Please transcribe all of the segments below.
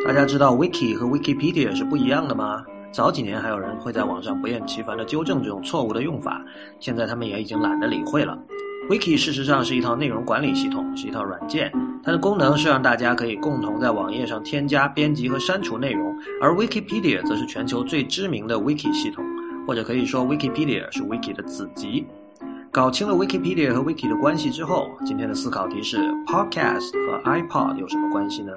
大家知道 Wiki 和 Wikipedia 是不一样的吗？早几年还有人会在网上不厌其烦地纠正这种错误的用法，现在他们也已经懒得理会了。Wiki 事实上是一套内容管理系统，是一套软件，它的功能是让大家可以共同在网页上添加、编辑和删除内容，而 Wikipedia 则是全球最知名的 Wiki 系统，或者可以说 Wikipedia 是 Wiki 的子集。搞清了 Wikipedia 和 Wiki 的关系之后，今天的思考题是 Podcast 和 iPod 有什么关系呢？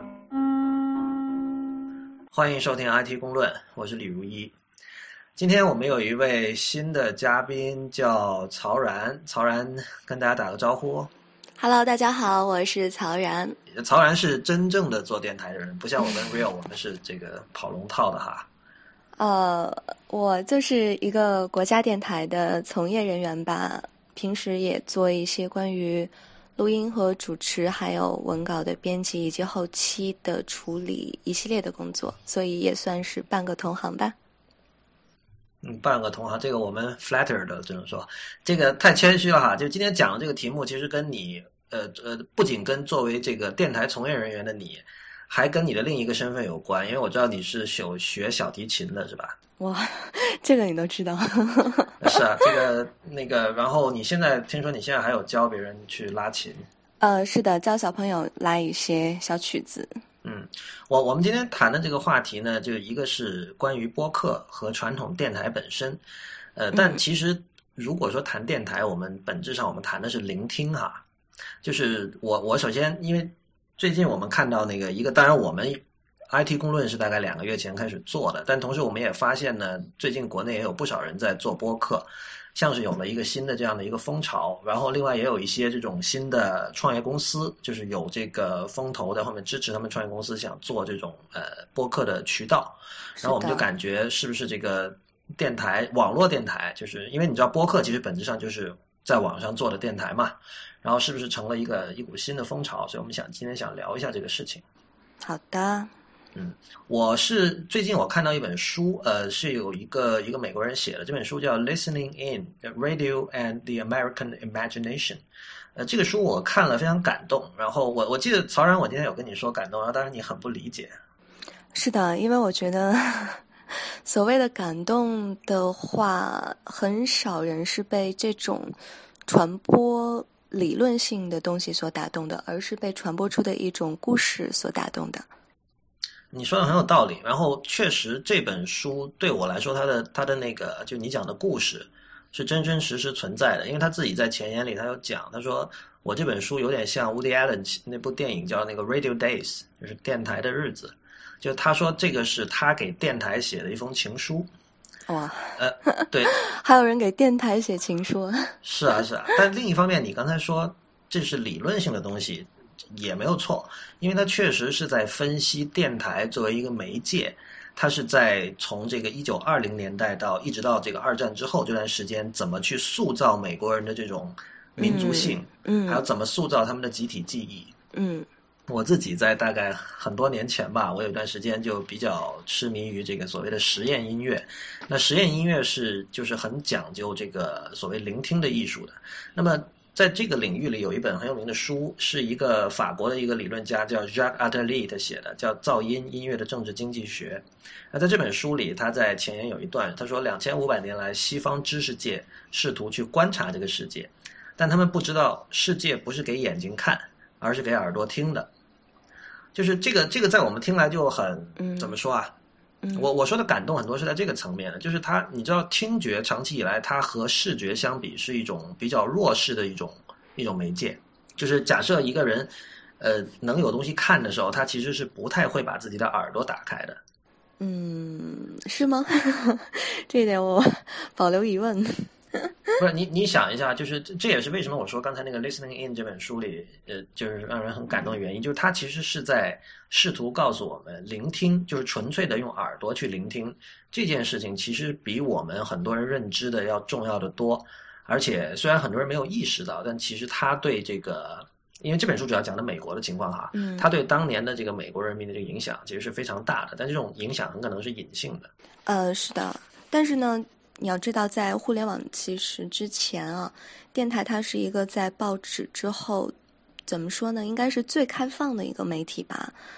欢迎收听 IT 公论，我是李如一。今天我们有一位新的嘉宾叫曹然，曹然跟大家打个招呼。 Hello， 大家好，我是曹然。 曹然是真正的做电台的人，不像我跟 Real 我们是这个跑龙套的哈。 我就是一个国家电台的从业人员吧，平时也做一些关于录音和主持还有文稿的编辑以及后期的处理一系列的工作，所以也算是半个同行吧。 半个同行，这个我们 flatter 的这种说，这个太谦虚了哈。就今天讲的这个题目，其实跟你不仅跟作为这个电台从业人员的你，还跟你的另一个身份有关，因为我知道你是学小提琴的，是吧？ 哇，这个你都知道？ 是啊，然后你现在听说你现在还有教别人去拉琴？ 是的，教小朋友拉一些小曲子。 我们今天谈的这个话题呢，就一个是关于播客和传统电台本身，但其实如果说谈电台，我们本质上我们谈的是聆听哈。就是我首先，因为最近我们看到那个当然我们 IT 公论是大概2个月前开始做的，但同时我们也发现呢，最近国内也有不少人在做播客，像是有了一个新的这样的一个风潮，然后另外也有一些这种新的创业公司，就是有这个风投在后面支持他们创业公司想做这种播客的渠道，然后我们就感觉是不是这个电台网络电台，就是因为你知道播客其实本质上就是在网上做的电台嘛，然后是不是成了一股新的风潮，所以我们今天想聊一下这个事情。 好的。 最近我看到一本书，是有一个美国人写的，这本书叫 Listening In: Radio and the American Imagination。这个书我看了非常感动，然后我记得曹然我今天有跟你说感动，然后当然你很不理解。 是的，因为我觉得所谓的感动的话，很少人是被这种传播理论性的东西所打动的，而是被传播出的一种故事所打动的。 你说的很有道理，然后确实这本书对我来说，它的那个就你讲的故事是真真实实存在的，因为他自己在前言里他有讲，他说我这本书有点像 Woody Allen 那部电影叫那个 Radio Days， 就是电台的日子，就他说这个是他给电台写的一封情书。 哇， 对， 还有人给电台写情书。是啊，但另一方面，你刚才说这是理论性的东西。也没有错，因为它确实是在分析电台作为一个媒介，它是在从这个1920年代一直到这个二战之后这段时间，怎么去塑造美国人的这种民族性，还有怎么塑造他们的集体记忆。我自己在大概很多年前吧，我有一段时间就比较痴迷于这个所谓的实验音乐。那实验音乐就是很讲究这个所谓聆听的艺术的。那么在这个领域里有一本很有名的书，是一个法国的一个理论家叫 Jacques Attali 写的，叫噪音音乐的政治经济学。那在这本书里，他在前言有一段，他说2500年来西方知识界试图去观察这个世界，但他们不知道世界不是给眼睛看，而是给耳朵听的。就是这个在我们听来就很怎么说啊，我说的感动很多是在这个层面的，就是你知道听觉长期以来它和视觉相比是一种比较弱势的一种媒介，就是假设一个人能有东西看的时候，他其实是不太会把自己的耳朵打开的。 是吗？这一点我保留疑问。 不是你想一下，就是这也是为什么我说刚才那个 Listening In 这本书里，就是让人很感动的原因，就是它其实是在试图告诉我们，聆听就是纯粹的用耳朵去聆听这件事情，其实比我们很多人认知的要重要的多。而且虽然很多人没有意识到，但其实它对这个，因为这本书主要讲的美国的情况哈，它对当年的这个美国人民的这个影响其实是非常大的，但这种影响很可能是隐性的。 是的，但是呢。你要知道，在互联网其实之前啊，电台它是一个在报纸之后，怎么说呢？应该是最开放的一个媒体吧。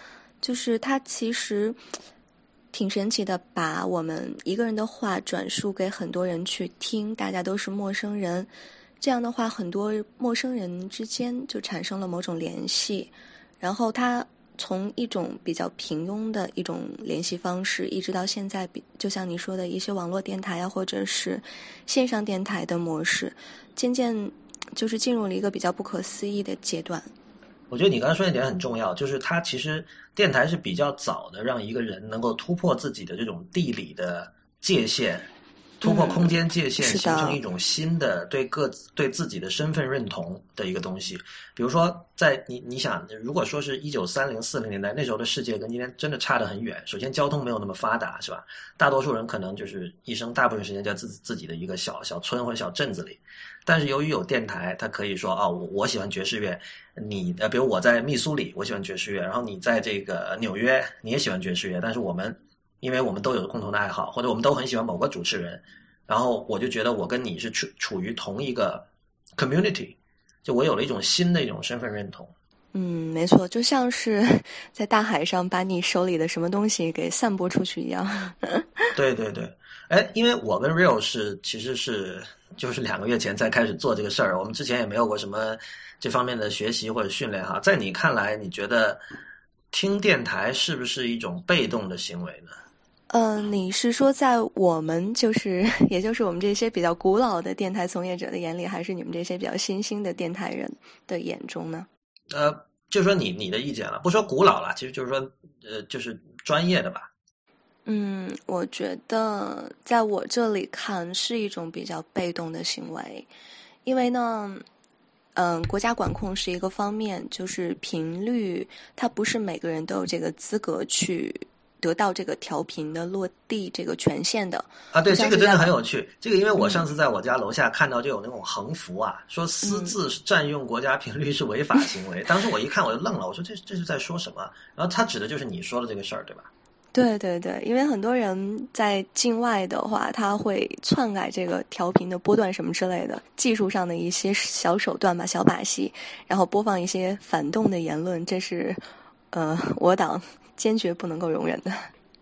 就是它其实挺神奇的，把我们一个人的话转述给很多人去听，大家都是陌生人，这样的话很多陌生人之间就产生了某种联系，然后它从一种比较平庸的一种联系方式，一直到现在就像你说的一些网络电台啊，或者是线上电台的模式，渐渐就是进入了一个比较不可思议的阶段。 我觉得你刚才说一点很重要，就是它其实电台是比较早的让一个人能够突破自己的这种地理的界限，突破空间界限，形成一种新的对自己的身份认同的一个东西。比如说在你想，如果说是1930、40年代，那时候的世界跟今天真的差得很远。首先交通没有那么发达，是吧？大多数人可能就是一生大部分时间在自己的一个小村或者小镇子里。但是由于有电台，它可以说啊，我喜欢爵士乐，比如我在密苏里，我喜欢爵士乐，然后你在这个纽约，你也喜欢爵士乐，但是因为我们都有共同的爱好，或者我们都很喜欢某个主持人，然后我就觉得我跟你是处于同一个 community， 就我有了一种新的一种身份认同。 没错，就像是在大海上把你手里的什么东西给散播出去一样。 对对对，因为我跟 Rio 其实是就是2个月前才开始做这个事儿，我们之前也没有过什么这方面的学习或者训练哈。在你看来，你觉得听电台是不是一种被动的行为呢？ 你是说在我们也就是我们这些比较古老的电台从业者的眼里，还是你们这些比较新兴的电台人的眼中呢？ 就是说你的意见了，不说古老了，其实就是说就是专业的吧。 我觉得在我这里看是一种比较被动的行为，因为呢，国家管控是一个方面，就是频率，它不是每个人都有这个资格去得到这个调频的落地这个权限的啊。对，这个真的很有趣。这个因为我上次在我家楼下看到就有那种横幅啊，说私自占用国家频率是违法行为。当时我一看我就愣了，我说这是在说什么？然后他指的就是你说的这个事儿，对吧？ 对对对，因为很多人在境外的话，他会篡改这个调频的波段什么之类的，技术上的一些小手段吧、小把戏，然后播放一些反动的言论，这是我党坚决不能够容忍的。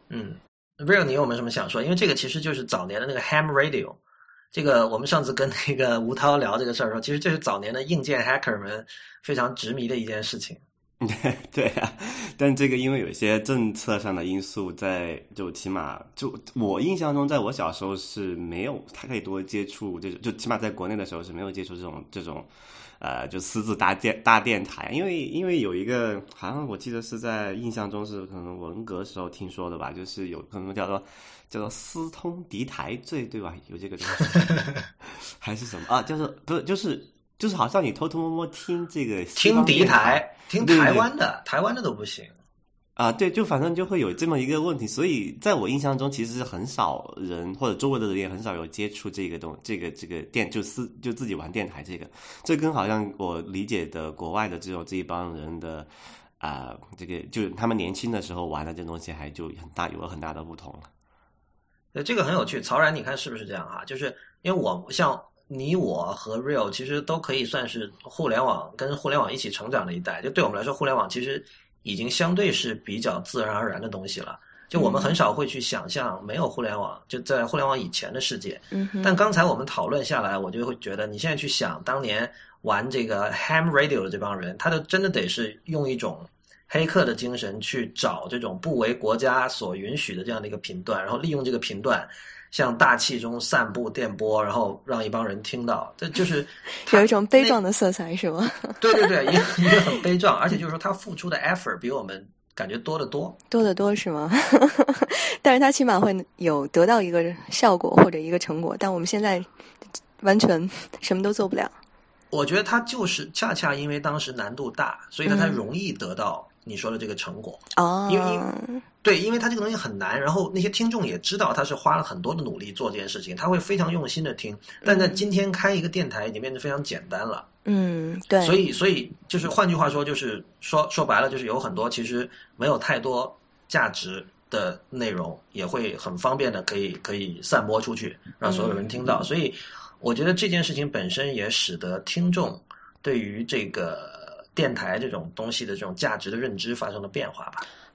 Real， 你有没有什么想说？因为这个其实就是早年的那个 ham radio， 这个我们上次跟那个吴涛聊这个事儿的时候，其实这是早年的硬件 hacker 们非常执迷的一件事情。 对啊，但这个因为有一些政策上的因素就起码就我印象中，在我小时候是没有太多接触，就起码在国内的时候是没有接触这种就私自大电台，因为有一个好像我记得是在印象中是可能文革时候听说的吧，就是有可能叫做私通敌台罪，对吧？有这个东西还是什么啊？就是好像你偷偷摸摸听这个听敌台，听台湾的，台湾的都不行啊。对，就反正就会有这么一个问题，所以在我印象中，其实很少人或者周围的人也很少有接触这个电，就自己玩电台这个。这跟好像我理解的国外的这一帮人的这个就他们年轻的时候玩的这东西，还就有了很大的不同了。 这个很有趣，曹然，你看是不是这样啊？就是因为像你我和 Real 其实都可以算是跟互联网一起成长的一代，就对我们来说，互联网其实已经相对是比较自然而然的东西了。就我们很少会去想象没有互联网，就在互联网以前的世界。但刚才我们讨论下来，我就会觉得，你现在去想当年玩这个 ham radio 的这帮人，他就真的得是用一种黑客的精神去找这种不为国家所允许的这样的一个频段，然后利用这个频段向大气中散布电波，然后让一帮人听到，这就是有一种悲壮的色彩，是吗？ 对对对，也很悲壮，而且就是说他付出的 effort 比我们感觉多得多是吗？但是他起码会有得到一个效果或者一个成果，但我们现在完全什么都做不了。 我觉得他就是恰恰因为当时难度大，所以他才容易得到你说的这个成果。因为他这个东西很难，然后那些听众也知道他是花了很多的努力做这件事情，他会非常用心的听。但在今天开一个电台已经变得非常简单了。 对。 所以就是换句话说，就是说白了，就是有很多其实没有太多价值的内容，也会很方便的可以散播出去，让所有人听到。所以我觉得这件事情本身也使得听众对于这个电台这种东西的这种价值的认知发生了变化吧。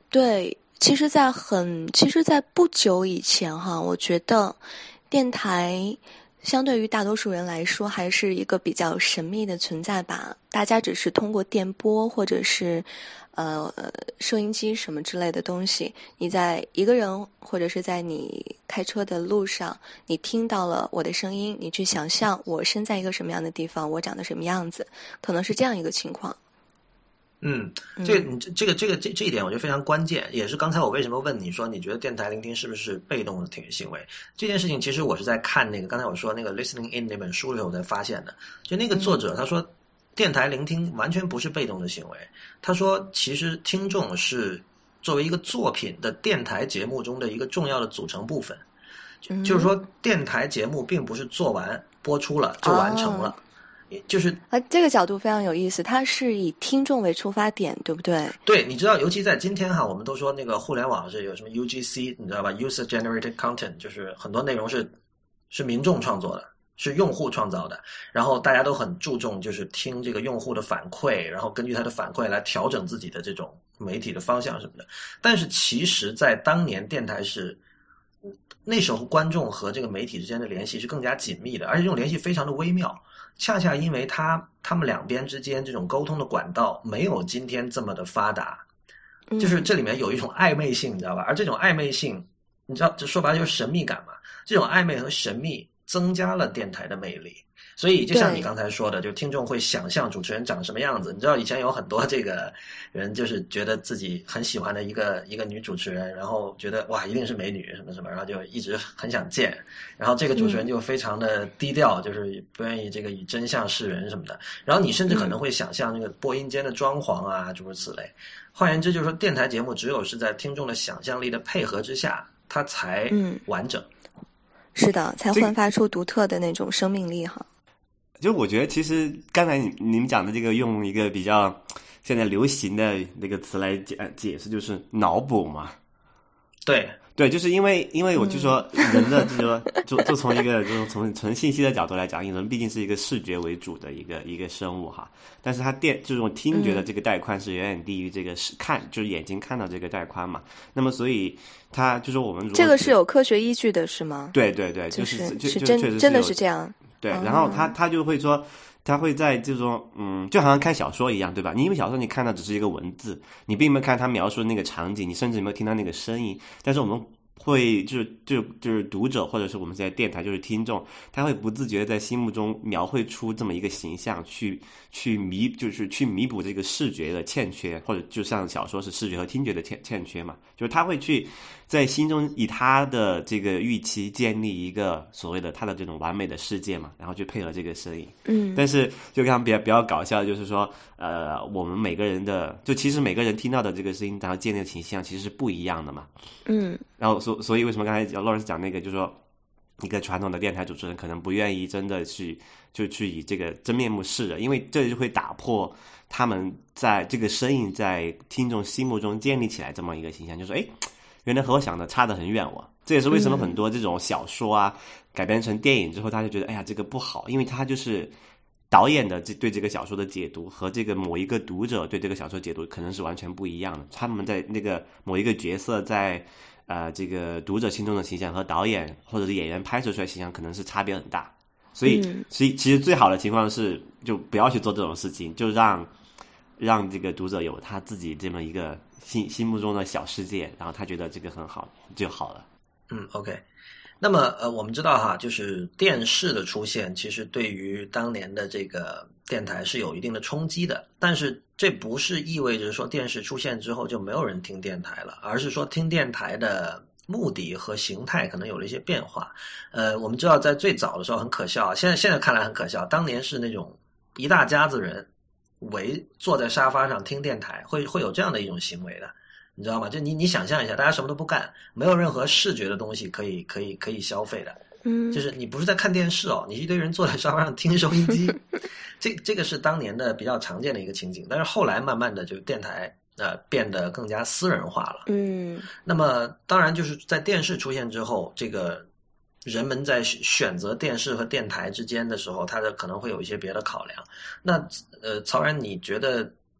对，其实在不久以前哈，我觉得电台相对于大多数人来说还是一个比较神秘的存在吧。大家只是通过电波或者是收音机什么之类的东西，你在一个人或者是在你开车的路上，你听到了我的声音，你去想象我身在一个什么样的地方，我长得什么样子，可能是这样一个情况。 这一点我觉得非常关键，也是刚才我为什么问你说你觉得电台聆听是不是被动的听行为？这件事情其实我是在看那个刚才我说那个 Listening In 那本书的时候才发现的。就那个作者他说，电台聆听完全不是被动的行为。他说，其实听众是作为一个作品的电台节目中的一个重要的组成部分。就是说，电台节目并不是做完播出了就完成了。就是这个角度非常有意思，它是以听众为出发点，对不对？ 对，你知道，尤其在今天哈，我们都说那个互联网是有什么 UGC， 你知道吧 ？User Generated Content， 就是很多内容是民众创作的，是用户创造的，然后大家都很注重就是听这个用户的反馈，然后根据他的反馈来调整自己的这种媒体的方向什么的。但是其实，在当年电台是那时候观众和这个媒体之间的联系是更加紧密的，而且这种联系非常的微妙。恰恰因为他们两边之间这种沟通的管道没有今天这么的发达，就是这里面有一种暧昧性，你知道吧？而这种暧昧性，你知道，这说白了就是神秘感嘛。这种暧昧和神秘增加了电台的魅力。所以就像你刚才说的，就听众会想象主持人长什么样子。你知道以前有很多这个人就是觉得自己很喜欢的一个女主持人，然后觉得哇一定是美女什么什么，然后就一直很想见，然后这个主持人就非常的低调，就是不愿意这个以真相示人什么的。然后你甚至可能会想象那个播音间的装潢啊，诸如此类。换言之就是说，电台节目只有是在听众的想象力的配合之下，它才完整。 是的，才焕发出独特的那种生命力哈。 就我觉得，其实刚才你们讲的这个，用一个比较现在流行的那个词来解释，就是脑补嘛。对，就是因为我就说人的就是说就从一个就是从纯信息的角度来讲，人毕竟是一个视觉为主的一个生物哈。但是它这种听觉的这个带宽是远远低于这个就是眼睛看到这个带宽嘛。那么所以它就是我们如果这个是有科学依据的，是吗？ 对，就是真的是这样。 对，然后他就会说，他会在这种就好像看小说一样，对吧？你因为小说你看到只是一个文字，你并没有看他描述的那个场景，你甚至没有听到那个声音。但是我们会就是读者或者是我们现在电台就是听众，他会不自觉的在心目中描绘出这么一个形象，去弥补这个视觉的欠缺，或者就像小说是视觉和听觉的欠缺嘛，就是他会去在心中以他的这个预期建立一个所谓的他的这种完美的世界嘛，然后去配合这个声音。但是就刚刚比较搞笑的就是说，我们每个人的其实每个人听到的这个声音，然后建立的形象其实是不一样的嘛。然后所以为什么刚才Lawrence讲那个，就是说一个传统的电台主持人可能不愿意真的去以这个真面目示人，因为这就会打破他们在这个声音在听众心目中建立起来这么一个形象，就是原来和我想的差得很远哦。这也是为什么很多这种小说啊改编成电影之后，他就觉得这个不好，因为他就是导演的对这个小说的解读和这个某一个读者对这个小说解读可能是完全不一样的。他们在那个某一个角色在这个读者心中的形象和导演或者是演员拍摄出来的形象可能是差别很大。所以其实最好的情况是就不要去做这种事情，就让这个读者有他自己这么一个心目中的小世界，然后他觉得这个很好就好了。 OK。那么我们知道哈，就是电视的出现其实对于当年的这个电台是有一定的冲击的，但是这不是意味着说电视出现之后就没有人听电台了，而是说听电台的目的和形态可能有了一些变化。我们知道在最早的时候很可笑，现在看来很可笑，当年是那种一大家子人坐在沙发上听电台，会有这样的一种行为的。你知道吗？就你想象一下，大家什么都不干，没有任何视觉的东西可以消费的。就是你不是在看电视哦，你一堆人坐在沙发上听收音机。这个是当年的比较常见的一个情景，但是后来慢慢的就电台变得更加私人化了。那么当然就是在电视出现之后，这个人们在选择电视和电台之间的时候，他的可能会有一些别的考量。那曹然，你觉得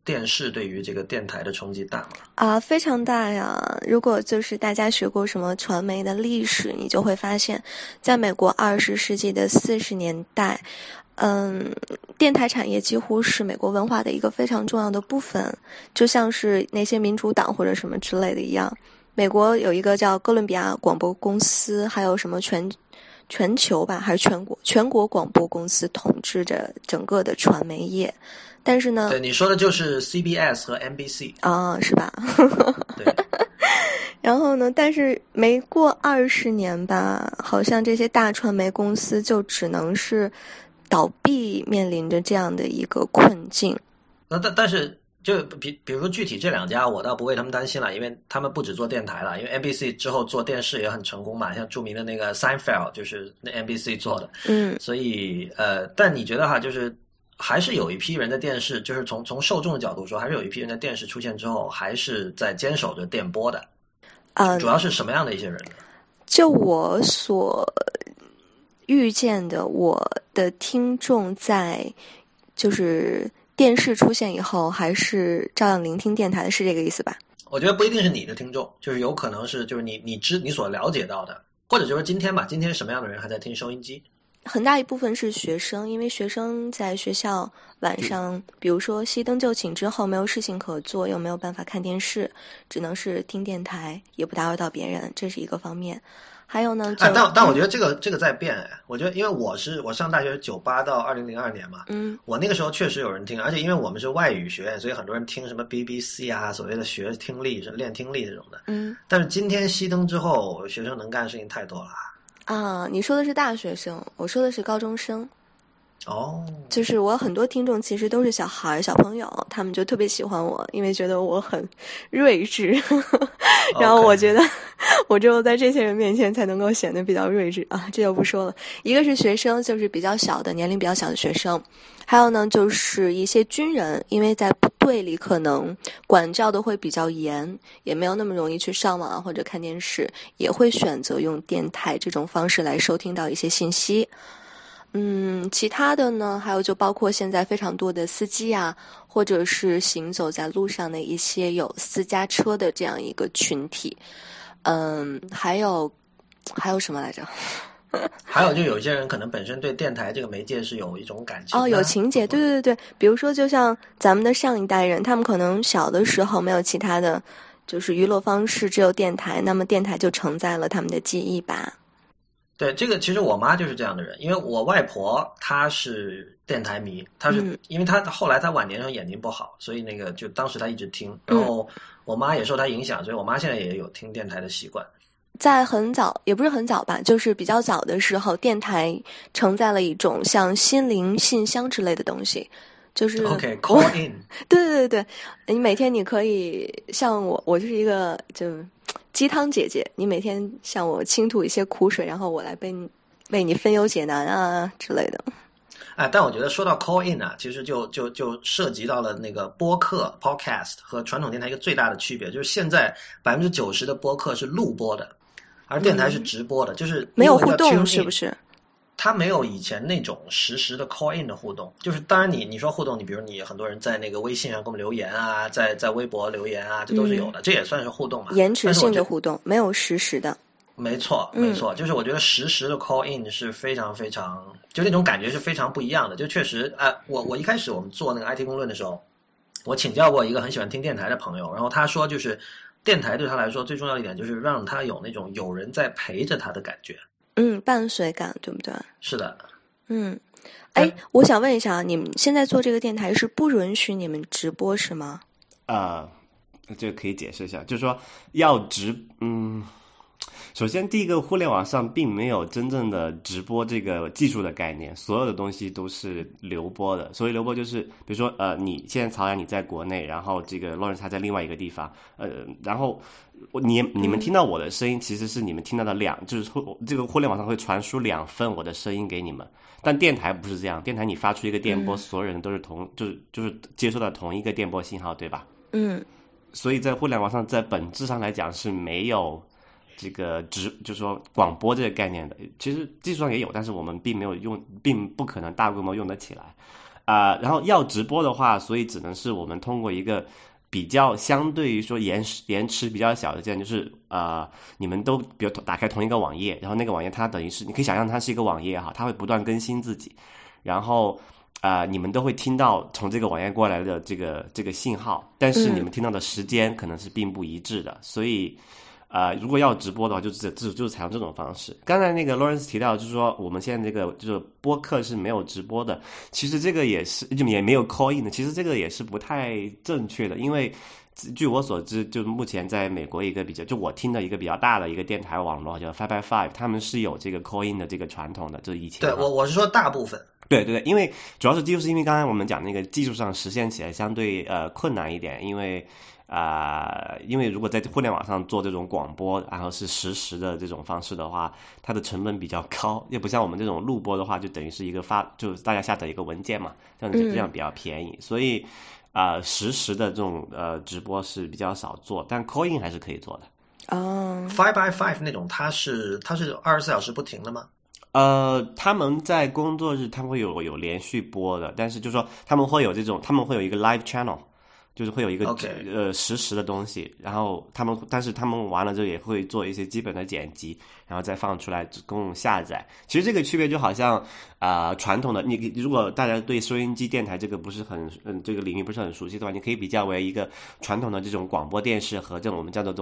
电视对于这个电台的冲击大吗？ 非常大呀！如果就是大家学过什么传媒的历史，你就会发现，在美国20世纪的40年代，电台产业几乎是美国文化的一个非常重要的部分，就像是那些民主党或者什么之类的一样。美国有一个叫哥伦比亚广播公司，还有什么全球吧，还是全国广播公司统治着整个的传媒业。但是呢， 对，你说的就是 CBS 和 NBC 是吧？ 对。 然后呢，但是没过20年吧，好像这些大传媒公司就只能是倒闭，面临着这样的一个困境。 但是就比如说具体这两家，我倒不为他们担心了，因为他们不只做电台了，因为 NBC 之后做电视也很成功嘛，像著名的那个 Seinfeld 就是那 NBC 做的。所以但你觉得哈，就是还是有一批人的电视，就是从受众的角度说，还是有一批人的电视出现之后，还是在坚守着电波的。主要是什么样的一些人呢？ 就我所遇见的，我的听众在就是电视出现以后，还是照样聆听电台的，是这个意思吧？ 我觉得不一定是你的听众，就是有可能是就是你所了解到的，或者就是今天什么样的人还在听收音机？ 很大一部分是学生，因为学生在学校晚上，比如说熄灯就寝之后没有事情可做，又没有办法看电视，只能是听电台，也不打扰到别人，这是一个方面。还有呢， 但我觉得这个在变。我觉得因为我上大学98到2002年嘛，我那个时候确实有人听，而且因为我们是外语学院，所以很多人听什么 BBC 啊，所谓的学听力、练听力这种的。但是今天熄灯之后，学生能干的事情太多了。 你说的是大学生，我说的是高中生。就是我很多听众其实都是小孩小朋友，他们就特别喜欢我，因为觉得我很睿智然后我觉得我只有在这些人面前才能够显得比较睿智这就不说了。一个是学生，就是比较小的年龄比较小的学生，还有呢就是一些军人，因为在部队里可能管教的会比较严，也没有那么容易去上网或者看电视，也会选择用电台这种方式来收听到一些信息。其他的呢，还有就包括现在非常多的司机啊，或者是行走在路上的一些有私家车的这样一个群体。还有什么来着？ 还有就有些人可能本身对电台这个媒介是有一种感情有情节，对，比如说就像咱们的上一代人，他们可能小的时候没有其他的就是娱乐方式，只有电台，那么电台就承载了他们的记忆吧。 对，这个其实我妈就是这样的人，因为我外婆她是电台迷，她是因为她后来她晚年的时候眼睛不好，所以那个就当时她一直听，然后我妈也受她影响，所以我妈现在也有听电台的习惯。 在很早，也不是很早吧，就是比较早的时候，电台承载了一种像心灵信箱之类的东西，就是 call in 对，你每天你可以像我就是一个就鸡汤姐姐，你每天向我倾吐一些苦水，然后我来为你分忧解难啊之类的。 但我觉得说到 call in 其实就涉及到了那个播客 podcast 和传统电台一个最大的区别，就是现在90%的播客是录播的，而电台是直播的，就是没有互动，是不是？ 它没有以前那种实时的 call in 的互动，就是当然你说互动，你比如你很多人在那个微信上给我们留言啊，在微博留言啊，这都是有的，这也算是互动嘛， 延迟性的互动，没有实时的。 没错，就是我觉得实时的 call in 是非常非常，就那种感觉是非常不一样的。就确实我一开始我们做那个 IT 公论的时候，我请教过一个很喜欢听电台的朋友，然后他说就是电台对他来说最重要的一点就是让他有那种有人在陪着他的感觉。 伴随感，对不对？ 是的。 我想问一下，你们现在做这个电台是不允许你们直播是吗？ 这个可以解释一下，就是说要首先第一个，互联网上并没有真正的直播这个技术的概念，所有的东西都是流播的。所谓流播就是比如说你现在曹阳你在国内，然后这个 Lawrence 他在另外一个地方，然后你们听到我的声音其实是你们听到的就是这个互联网上会传输2份我的声音给你们，但电台不是这样，电台你发出一个电波，所有人都是就是接收到同一个电波信号，对吧？所以在互联网上在本质上来讲是没有这个就是说广播这个概念的，其实技术上也有，但是我们并没有用，并不可能大规模用得起来。 然后要直播的话，所以只能是我们通过一个比较相对于说延迟比较小的，这样就是你们都比如打开同一个网页，然后那个网页它等于是你可以想象它是一个网页哈，它会不断更新自己，然后你们都会听到从这个网页过来的这个信号，但是你们听到的时间可能是并不一致的，所以如果要直播的话，就是采用这种方式。刚才那个 Lawrence 提到，就是说我们现在这个就是播客是没有直播的，其实这个也是就也没有 call in 的，其实这个也是不太正确的，因为据我所知，就目前在美国一个就我听的一个比较大的一个电台网络叫 5by5， 他们是有这个 call in 的这个传统的，就是以前对我是说大部分。 对，因为主要是就是因为刚才我们讲那个技术上实现起来相对困难一点，因为如果在互联网上做这种广播，然后是实时的这种方式的话，它的成本比较高，又不像我们这种录播的话，就等于是一个就是大家下载一个文件嘛，这样比较便宜，所以实时的这种直播是比较少做，但 call in 还是可以做的。 5by5 那种它是24小时不停的吗？ 他们在工作日他们会有连续播的，但是就是说他们会有一个 live channel， 就是会有一个实时的东西，然后但是他们完了之后也会做一些基本的剪辑，然后再放出来供下载。其实这个区别就好像传统的如果大家对收音机电台这个不是很这个领域不是很熟悉的话，你可以比较为一个传统的这种广播电视和这种我们叫做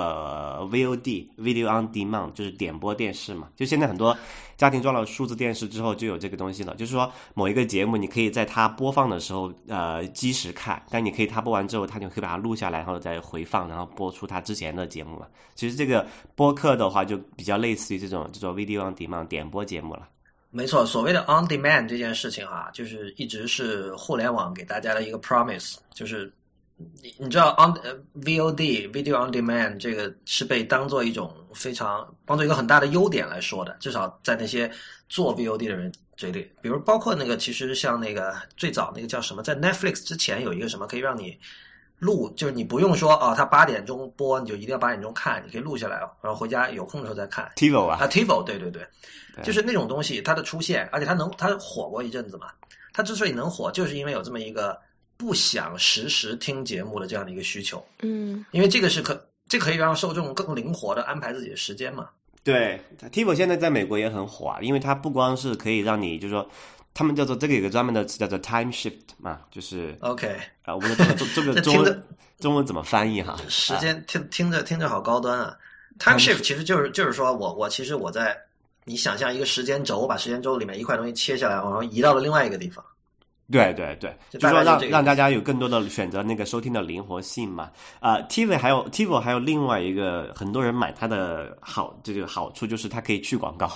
VOD Video on Demand， 就是点播电视嘛。就现在很多家庭装了数字电视之后就有这个东西了，就是说某一个节目你可以在它播放的时候即时看，但你可以它播完之后它就可以把它录下来，然后再回放，然后播出它之前的节目了。其实这个播客的话就比较类似于这种Video on Demand 点播节目了。 没错，所谓的 on demand 这件事情就是一直是互联网给大家的一个 promise， 就是你知道VOD Video on Demand 这个是被当做一个很大的优点来说的，至少在那些做 VOD 的人嘴里，比如包括那个其实像那个最早那个叫什么，在 Netflix 之前有一个什么可以让你录，就是你不用说他8点钟播你就一定要8点钟看，你可以录下来然后回家有空的时候再看。 TiVo TiVo 对，就是那种东西它的出现，而且它火过一阵子嘛。它之所以能火，就是因为有这么一个不想实时听节目的这样的一个需求。因为这可以让受众更灵活的安排自己的时间嘛。对 ，TiVo 现在在美国也很火因为它不光是可以让你就是说。他们叫做这个有个专门的词叫做 time shift 嘛，就是 OK 我不知道这个中文怎么翻译哈？ 时间听着好高端啊。time shift 其实就是说其实我在你想象一个时间轴，我把时间轴里面一块东西切下来，然后移到了另外一个地方。 对，就是说让大家有更多的选择那个收听的灵活性嘛。TiVo 还有另外一个很多人买它的这个好处就是它可以去广告。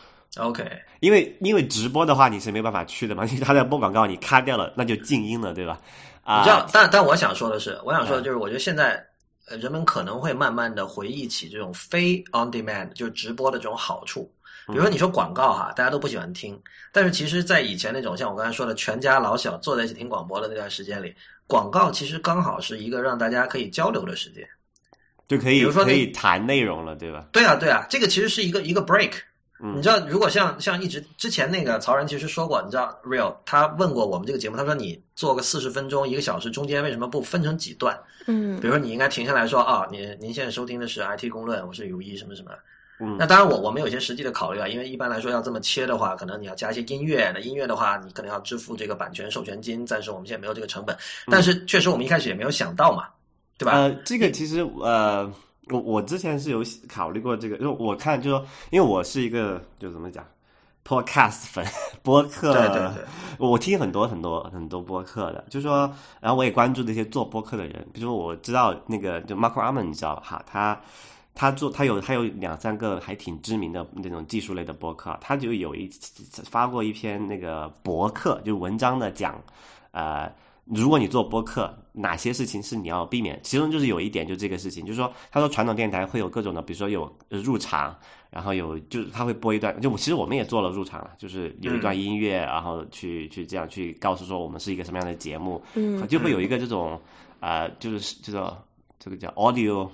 OK， 因为直播的话你是没办法去的嘛，因为他在播广告，你卡掉了那就静音了，对吧？ 你知道，但我想说的就是，我觉得现在人们可能会慢慢的回忆起这种非 on demand 就是直播的这种好处。比如说你说广告大家都不喜欢听，但是其实在以前那种像我刚才说的全家老小坐在一起听广播的那段时间里，广告其实刚好是一个让大家可以交流的时间， 就可以谈内容了，对吧？ 对啊，这个其实是一个 break。你知道，如果像一直之前那个曹仁其实说过，你知道 Real 他问过我们这个节目，他说你做个40分钟1个小时，中间为什么不分成几段？比如说你应该停下来说您现在收听的是 IT 公论，我是有意什么什么。那当然我们有一些实际的考虑因为一般来说要这么切的话，可能你要加一些音乐，那音乐的话你可能要支付这个版权授权金，暂时我们现在没有这个成本，但是确实我们一开始也没有想到嘛，对吧？ 这个其实我之前是有考虑过这个，就我看就说，因为我是一个就怎么讲 podcast 粉，播客， 对， 我听很多播客的，就是说，然后我也关注这些做播客的人，比如说我知道那个就 Marco Arman 你知道哈，他有2-3个还挺知名的那种技术类的播客，他就有发过一篇那个博客，就是文章的讲如果你做播客，哪些事情是你要避免？其中就是有一点，就这个事情，就是说，他说传统电台会有各种的，比如说有入场，然后就是他会播一段，其实我们也做了入场了，就是有一段音乐，然后去这样去告诉说我们是一个什么样的节目，就会有一个这种就是这个叫 audio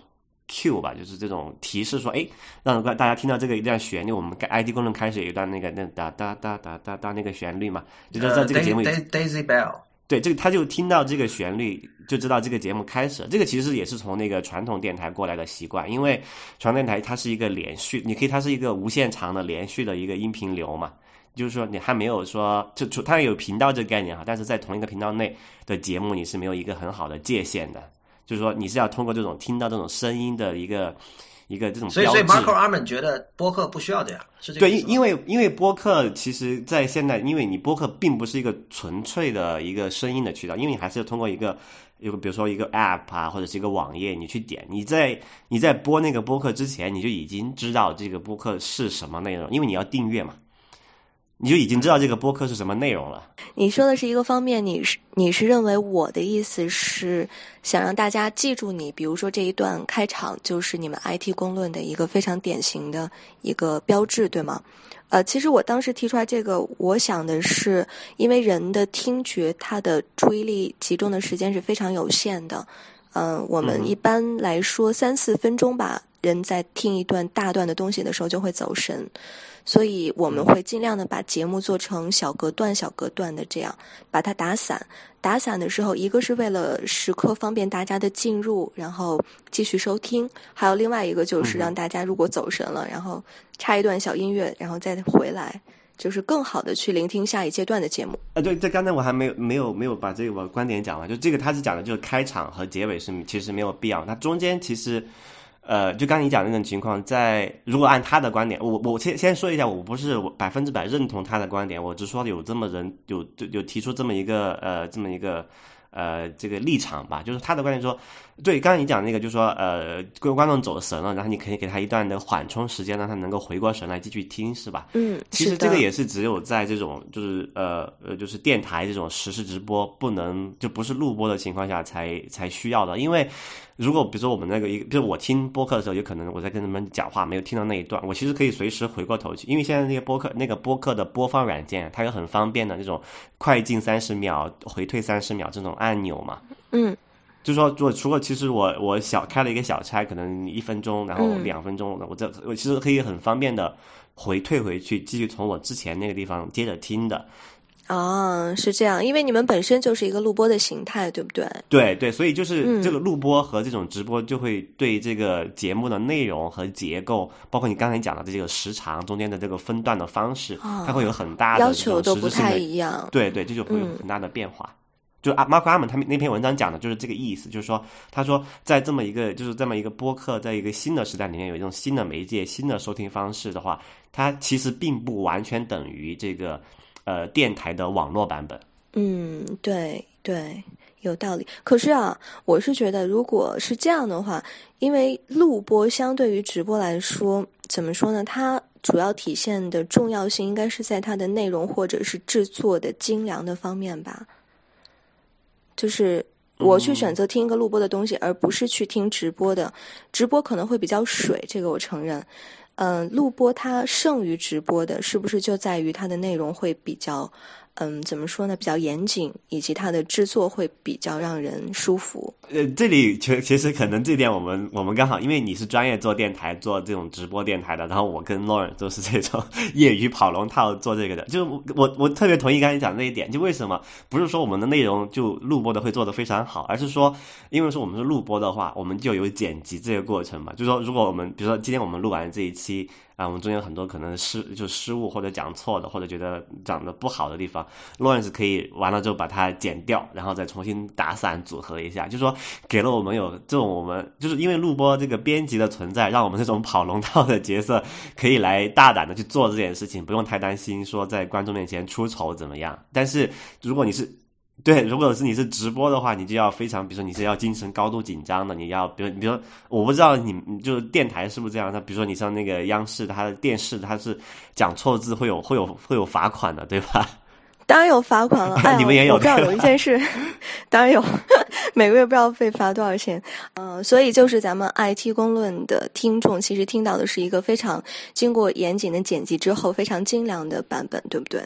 Q 吧，就是这种提示说，哎，让大家听到这个一段旋律，我们 IT 功能开始有一段那个哒哒哒哒哒哒那个旋律嘛，就是在这个节目里 Daisy Bell。 对，这个他就听到这个旋律，就知道这个节目开始了。这个其实也是从那个传统电台过来的习惯，因为传统电台它是一个连续，它是一个无限长的连续的一个音频流嘛。就是说，你还没有说，它有频道这个概念哈，但是在同一个频道内的节目，你是没有一个很好的界限的。就是说，你是要通过这种听到这种声音的一个这种标志。 所以 Marco Arman 觉得播客不需要这样，是这个意思吗？ 对，因为播客其实在现在，因为你播客并不是一个纯粹的一个声音的渠道，因为你还是通过一个比如说一个 App 啊，或者是一个网页，你去点，你在播那个播客之前，你就已经知道这个播客是什么内容，因为你要订阅嘛。你就已经知道这个播客是什么内容了。 你说的是一个方面，你是认为我的意思是想让大家记住你，比如说这一段开场就是你们 IT 公论的一个非常典型的一个标志，对吗？其实我当时提出来这个，我想的是，因为人的听觉，他的注意力集中的时间是非常有限的。我们一般来说3-4分钟吧，人在听一段大段的东西的时候就会走神。所以我们会尽量的把节目做成小隔段小隔段的这样把它打散。打散的时候，一个是为了时刻方便大家的进入，然后继续收听，还有另外一个就是让大家如果走神了，然后插一段小音乐，然后再回来，就是更好的去聆听下一阶段的节目。 对，这刚才我还没有把这个观点讲完，就这个他是讲的就是开场和结尾是其实没有必要，它中间其实就刚才你讲的那种情况，如果按他的观点，我先说一下，我不是100%认同他的观点，我只说有这么人有提出这么一个这个立场吧，就是他的观点说，对，刚才你讲那个，就是说观众走神了，然后你可以给他一段的缓冲时间，让他能够回过神来继续听，是吧？其实这个也是只有在这种就是电台这种实时直播不是录播的情况下才需要的，因为如果比如说我们比如我听播客的时候，有可能我在跟他们讲话，没有听到那一段，我其实可以随时回过头去，因为现在那个播客的播放软件，它有很方便的那种快进30秒、回退30秒这种按钮嘛。就是说，如果其实我开了一个小差，可能1分钟，然后2分钟，我其实可以很方便的退回去，继续从我之前那个地方接着听的。 是这样，因为你们本身就是一个录播的形态，对不对？ 对，所以就是这个录播和这种直播就会对这个节目的内容和结构，包括你刚才讲的这个时长中间的这个分段的方式，它会有很大的要求都不太一样。 对，这就会有很大的变化。就Marco Arman他们那篇文章讲的就是这个意思，就是说，他说在这么一个播客，在一个新的时代里面，有一种新的媒介、新的收听方式的话，它其实并不完全等于这个电台的网络版本。 对，有道理。可是啊，我是觉得如果是这样的话，因为录播相对于直播来说，怎么说呢？它主要体现的重要性应该是在它的内容或者是制作的精良的方面吧。就是我去选择听一个录播的东西，而不是去听直播的。直播可能会比较水，这个我承认。录播它胜于直播的，是不是就在于它的内容会比较怎么说呢？比较严谨，以及它的制作会比较让人舒服。 这里其实可能这点我们刚好，因为你是专业做电台、做这种直播电台的，然后我跟 Lauren 都是这种业余跑龙套做这个的。就是我特别同意刚才讲的那一点，就为什么不是说我们的内容就录播的会做得非常好，而是说，因为说我们是录播的话，我们就有剪辑这个过程嘛。就是说，如果我们比如说今天我们录完这一期。我们中间有很多可能失误或者讲错的，或者觉得讲的不好的地方 ，Lawrence 可以完了之后把它剪掉，然后再重新打散组合一下，就是说给了我们有这种我们就是因为录播这个编辑的存在，让我们这种跑龙套的角色可以来大胆的去做这件事情，不用太担心说在观众面前出丑怎么样。但是如果你是直播的话，你就要非常，比如说你是要精神高度紧张的，你要比如说，我不知道你就是电台是不是这样？那比如说你像那个央视它的电视，它是讲错字会有罚款的，对吧？ 当然有罚款了。 你们也有？ 我不知道有一件事，当然有，每个月不知道被罚多少钱。所以就是咱们 IT 公论的听众，其实听到的是一个非常经过严谨的剪辑之后非常精良的版本，对不对？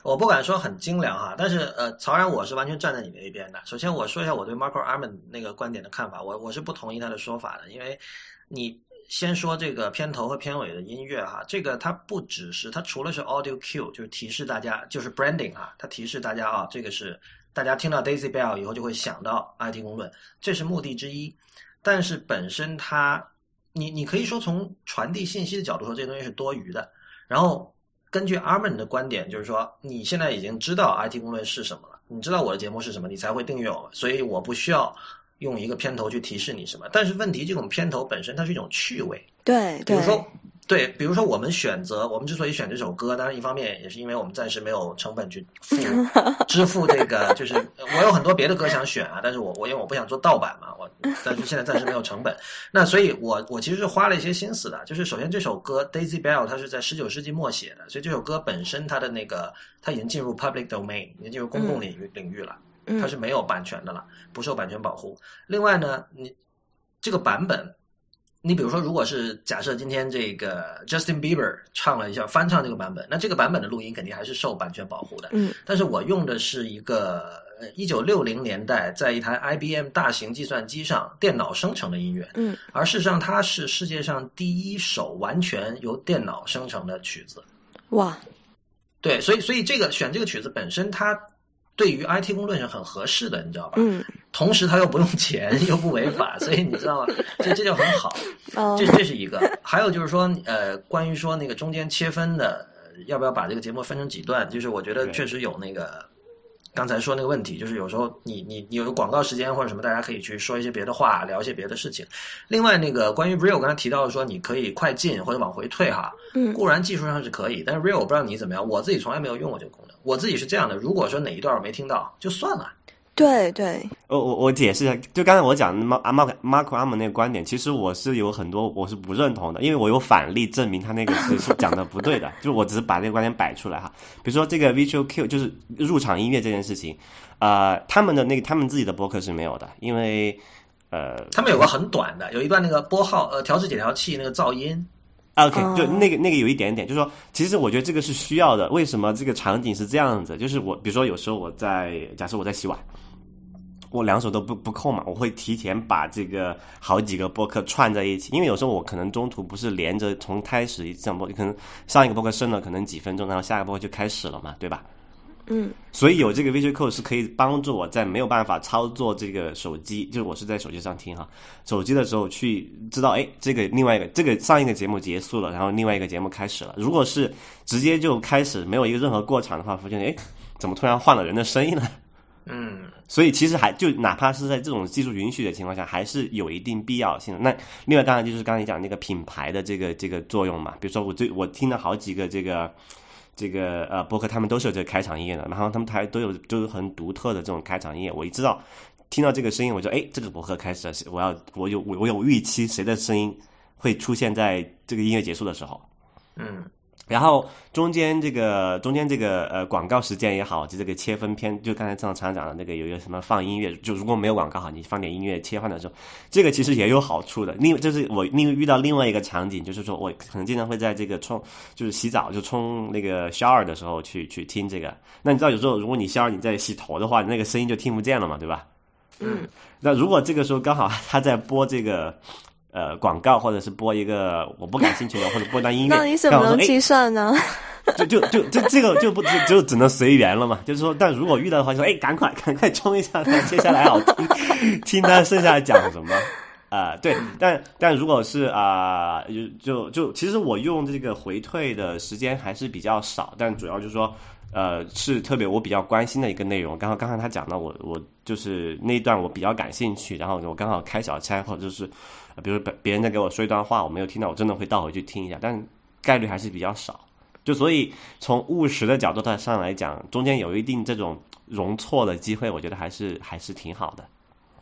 我不敢说很精良哈，但是曹然我是完全站在你那边的。首先我说一下我对 Marco Arman 那个观点的看法，我是不同意他的说法的，因为你先说这个片头和片尾的音乐哈，这个它不只是它除了是 audio cue 就是提示大家，就是 branding 哈，它提示大家啊，这个是大家听到 Daisy Bell 以后就会想到 IT 公论，这是目的之一。但是本身它，你可以说从传递信息的角度说，这东西是多余的。然后根据 Arman 的观点，就是说你现在已经知道 IT 公论是什么了，你知道我的节目是什么，你才会订阅我，所以我不需要用一个片头去提示你什么。但是问题，这种片头本身它是一种趣味， 对， 比如说。对，比如说我们之所以选这首歌，当然一方面也是因为我们暂时没有成本去支付这个，就是我有很多别的歌想选啊，但是因为我不想做盗版嘛，但是现在暂时没有成本，那所以我其实是花了一些心思的，就是首先这首歌 Daisy Bell 它是在19世纪末写的，所以这首歌本身它的那个它已经进入 public domain， 已经进入公共领域了，它是没有版权的了，不受版权保护。另外呢，你这个版本。你比如说，如果是假设今天这个 Justin Bieber 唱了一下翻唱这个版本，那这个版本的录音肯定还是受版权保护的。但是我用的是一个1960年代在一台 IBM 大型计算机上电脑生成的音乐。而事实上它是世界上第一首完全由电脑生成的曲子。 哇，对， 所以选这个曲子本身它对于 IT 公论是很合适的，你知道吧？同时它又不用钱，又不违法，所以你知道吗？这就很好。这是一个。还有就是说，关于说那个中间切分的，要不要把这个节目分成几段？就是我觉得确实有那个刚才说那个问题，就是有时候你有广告时间或者什么，大家可以去说一些别的话，聊一些别的事情。另外那个关于 Real 刚才提到说你可以快进或者往回退哈，固然技术上是可以，但是 Real 我不知道你怎么样，我自己从来没有用过这个功能。我自己是这样的，如果说哪一段我没听到就算了。 对对， 我解释一下，就刚才我讲Marco Arman 那个观点，其实我是有很多我是不认同的，因为我有反例证明他那个是讲的不对的，就是我只是把这个观点摆出来哈。比如说这个 Visual Cue 就是入场音乐这件事情，他们自己的播客是没有的，因为他们有个很短的，有一段那个拨号调制解调器那个噪音。 OK， 就那个有一点点，就是说，其实我觉得这个是需要的。为什么这个场景是这样子？就是比如说有时候假设我在洗碗，我两手都不空嘛，我会提前把这个好几个播客串在一起，因为有时候我可能中途不是连着从开始一场播，可能上一个播客剩了可能几分钟，然后下一个播客就开始了嘛，对吧？所以有这个 Visual Cue 是可以帮助我在没有办法操作这个手机，就是我是在手机上听哈，手机的时候去知道，这个上一个节目结束了，然后另外一个节目开始了。如果是直接就开始没有一个任何过场的话，发现怎么突然换了人的声音呢？所以其实就哪怕是在这种技术允许的情况下，还是有一定必要性的。那另外刚才讲那个品牌的这个作用嘛，比如说我听了好几个这个播客，他们都是有这个开场音乐的，然后他们都有很独特的这种开场音乐。我一知道听到这个声音，我就这个播客开始了，我有预期谁的声音会出现在这个音乐结束的时候。然后中间这个广告时间也好，就这个切分片，就刚才常常讲的那个有一个什么放音乐，就如果没有广告好，你放点音乐切换的时候，这个其实也有好处的。就是我遇到另外一个场景，就是说我可能经常会在这个就是洗澡就冲那个 shower 的时候去听这个。那你知道有时候如果你 shower 你在洗头的话，那个声音就听不见了嘛，对吧？那如果这个时候刚好他在播这个广告，或者是播一个我不感兴趣的，或者播段音乐， 那你怎么能计算呢？ 就这个就只能随缘了嘛。就是说，但如果遇到的话，就说赶快冲一下，接下来好听他剩下来讲什么。对，但如果是就其实我用这个回退的时间还是比较少，但主要就是说是特别我比较关心的一个内容。刚才他讲到我就是那一段我比较感兴趣，然后我刚好开小差，或者就是比如别人在给我说一段话我没有听到，我真的会倒回去听一下，但概率还是比较少。就所以从务实的角度上来讲，中间有一定这种容错的机会，我觉得还是挺好的。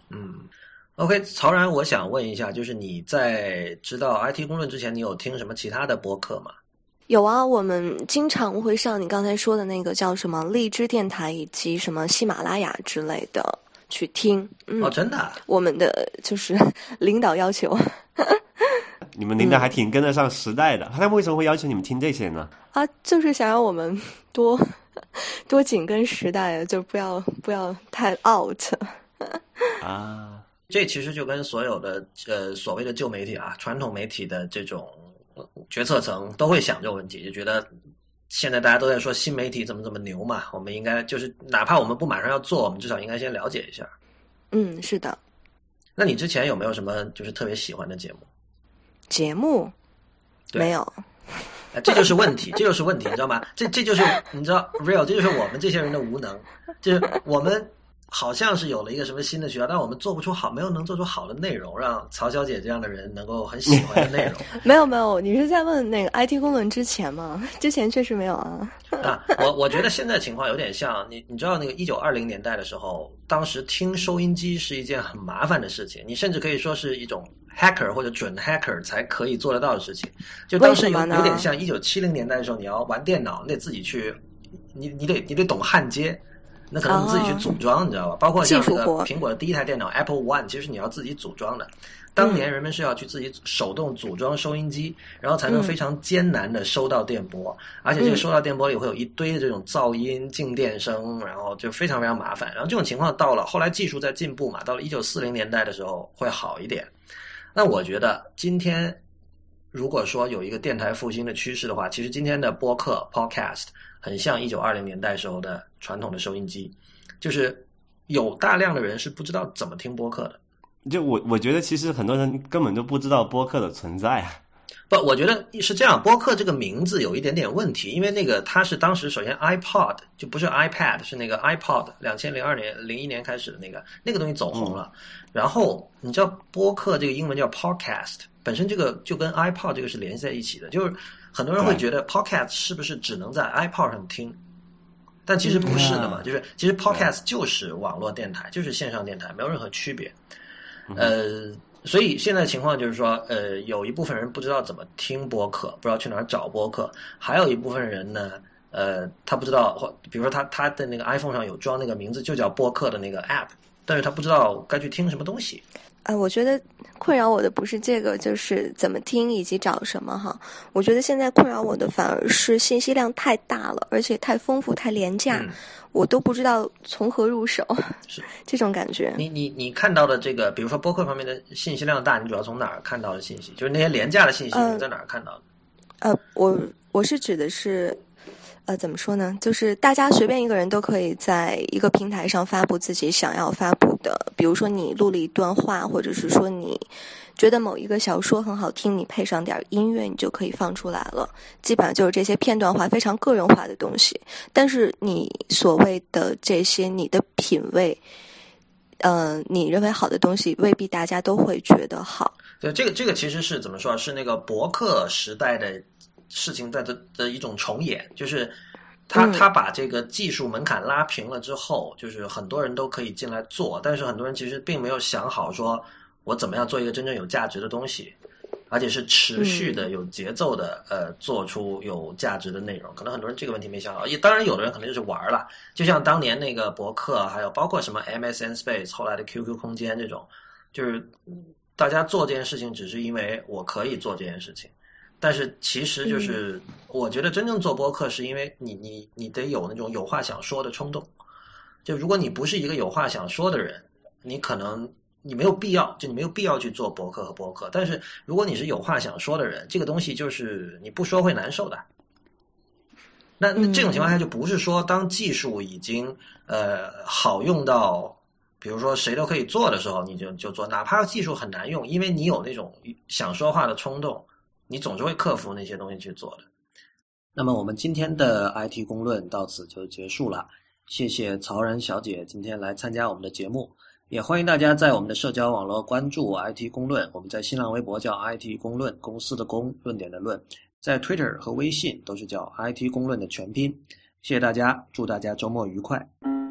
OK， 曹然，我想问一下，就是你在知道 IT 公论之前，你有听什么其他的播客吗？ 有啊，我们经常会上你刚才说的那个叫什么荔枝电台以及什么喜马拉雅之类的去听。 真的啊？ 我们的就是领导要求。 你们领导还挺跟得上时代的，他为什么会要求你们听这些呢？ 就是想要我们多多紧跟时代，就不要太 out 啊。 这其实就跟所有的所谓的旧媒体啊，传统媒体的这种决策层都会想这个问题，就觉得现在大家都在说新媒体怎么牛嘛，我们应该就是哪怕我们不马上要做，我们至少应该先了解一下。 是的。 那你之前有没有什么就是特别喜欢的节目？ 节目没有。 这就是问题，这就是问题，你知道吗？这就是你知道 real， 这就是我们这些人的无能，就是我们好像是有了一个什么新的学校，但我们做不出好，没有能做出好的内容，让曹小姐这样的人能够很喜欢的内容。 没有，你是在问那个 IT 公论之前吗？之前确实没有啊。 我觉得现在情况有点像你知道那个1920年代的时候，当时听收音机是一件很麻烦的事情，你甚至可以说是一种 hacker 或者准 hacker 才可以做得到的事情。就当时有点像1970年代的时候，你要玩电脑，你得自己去，你得懂焊接。那可能你自己去组装，你知道吧？包括像这个苹果的第一台电脑 Apple One， 其实你要自己组装的。当年人们是要去自己手动组装收音机，然后才能非常艰难的收到电波，而且这个收到电波里会有一堆的这种噪音、静电声，然后就非常非常麻烦。然后这种情况到了后来技术在进步嘛，到了1940年代的时候会好一点。那我觉得今天如果说有一个电台复兴的趋势的话，其实今天的播客 podcast 很像1920年代时候的传统的收音机，就是有大量的人是不知道怎么听播客的。 就我觉得其实很多人根本就不知道播客的存在啊。 不，我觉得是这样，播客这个名字有一点点问题，因为那个它是当时首先 iPod 就不是 iPad， 是那个 iPod 2002年01年开始的那个东西走红了。然后你知道播客这个英文叫 podcast， 本身这个就跟 iPod 这个是联系在一起的，就是很多人会觉得 podcast 是不是只能在 iPod 上听，但其实不是的嘛，就是其实 podcast 就是网络电台，就是线上电台，没有任何区别。所以现在情况就是说，有一部分人不知道怎么听播客，不知道去哪儿找播客，还有一部分人呢，他不知道，比如说他的那个 iPhone 上有装那个名字就叫播客的那个 app， 但是他不知道该去听什么东西。 我觉得困扰我的不是这个，就是怎么听以及找什么哈。我觉得现在困扰我的反而是信息量太大了，而且太丰富、太廉价，我都不知道从何入手，是这种感觉。 你看到的这个，比如说播客方面的信息量大，你主要从哪儿看到的信息？就是那些廉价的信息，你在哪儿看到的？ 我是指的是。怎么说呢？就是大家随便一个人都可以在一个平台上发布自己想要发布的，比如说你录了一段话，或者是说你觉得某一个小说很好听，你配上点音乐，你就可以放出来了。基本上就是这些片段化、非常个人化的东西。但是你所谓的这些，你的品味，你认为好的东西，未必大家都会觉得好。 对，这个其实是怎么说？是那个博客时代的事情的一种重演，就是他把这个技术门槛拉平了之后，就是很多人都可以进来做，但是很多人其实并没有想好说我怎么样做一个真正有价值的东西，而且是持续的有节奏的做出有价值的内容。可能很多人这个问题没想好，也当然有的人可能就是玩了，就像当年那个博客，还有包括什么 MSN Space 后来的 QQ 空间这种，就是大家做这件事情只是因为我可以做这件事情。但是其实就是我觉得真正做播客是因为你得有那种有话想说的冲动。就如果你不是一个有话想说的人，你可能你没有必要去做博客和播客。但是如果你是有话想说的人，这个东西就是你不说会难受的。那这种情况下就不是说当技术已经好用到比如说谁都可以做的时候你就做，哪怕技术很难用，因为你有那种想说话的冲动，你总是会克服那些东西去做的。那么我们今天的 IT 公论到此就结束了，谢谢曹然小姐今天来参加我们的节目，也欢迎大家在我们的社交网络关注 IT 公论，我们在新浪微博叫 IT 公论，公司的公，论点的论，在 Twitter 和微信都是叫 IT 公论的全拼。谢谢大家，祝大家周末愉快。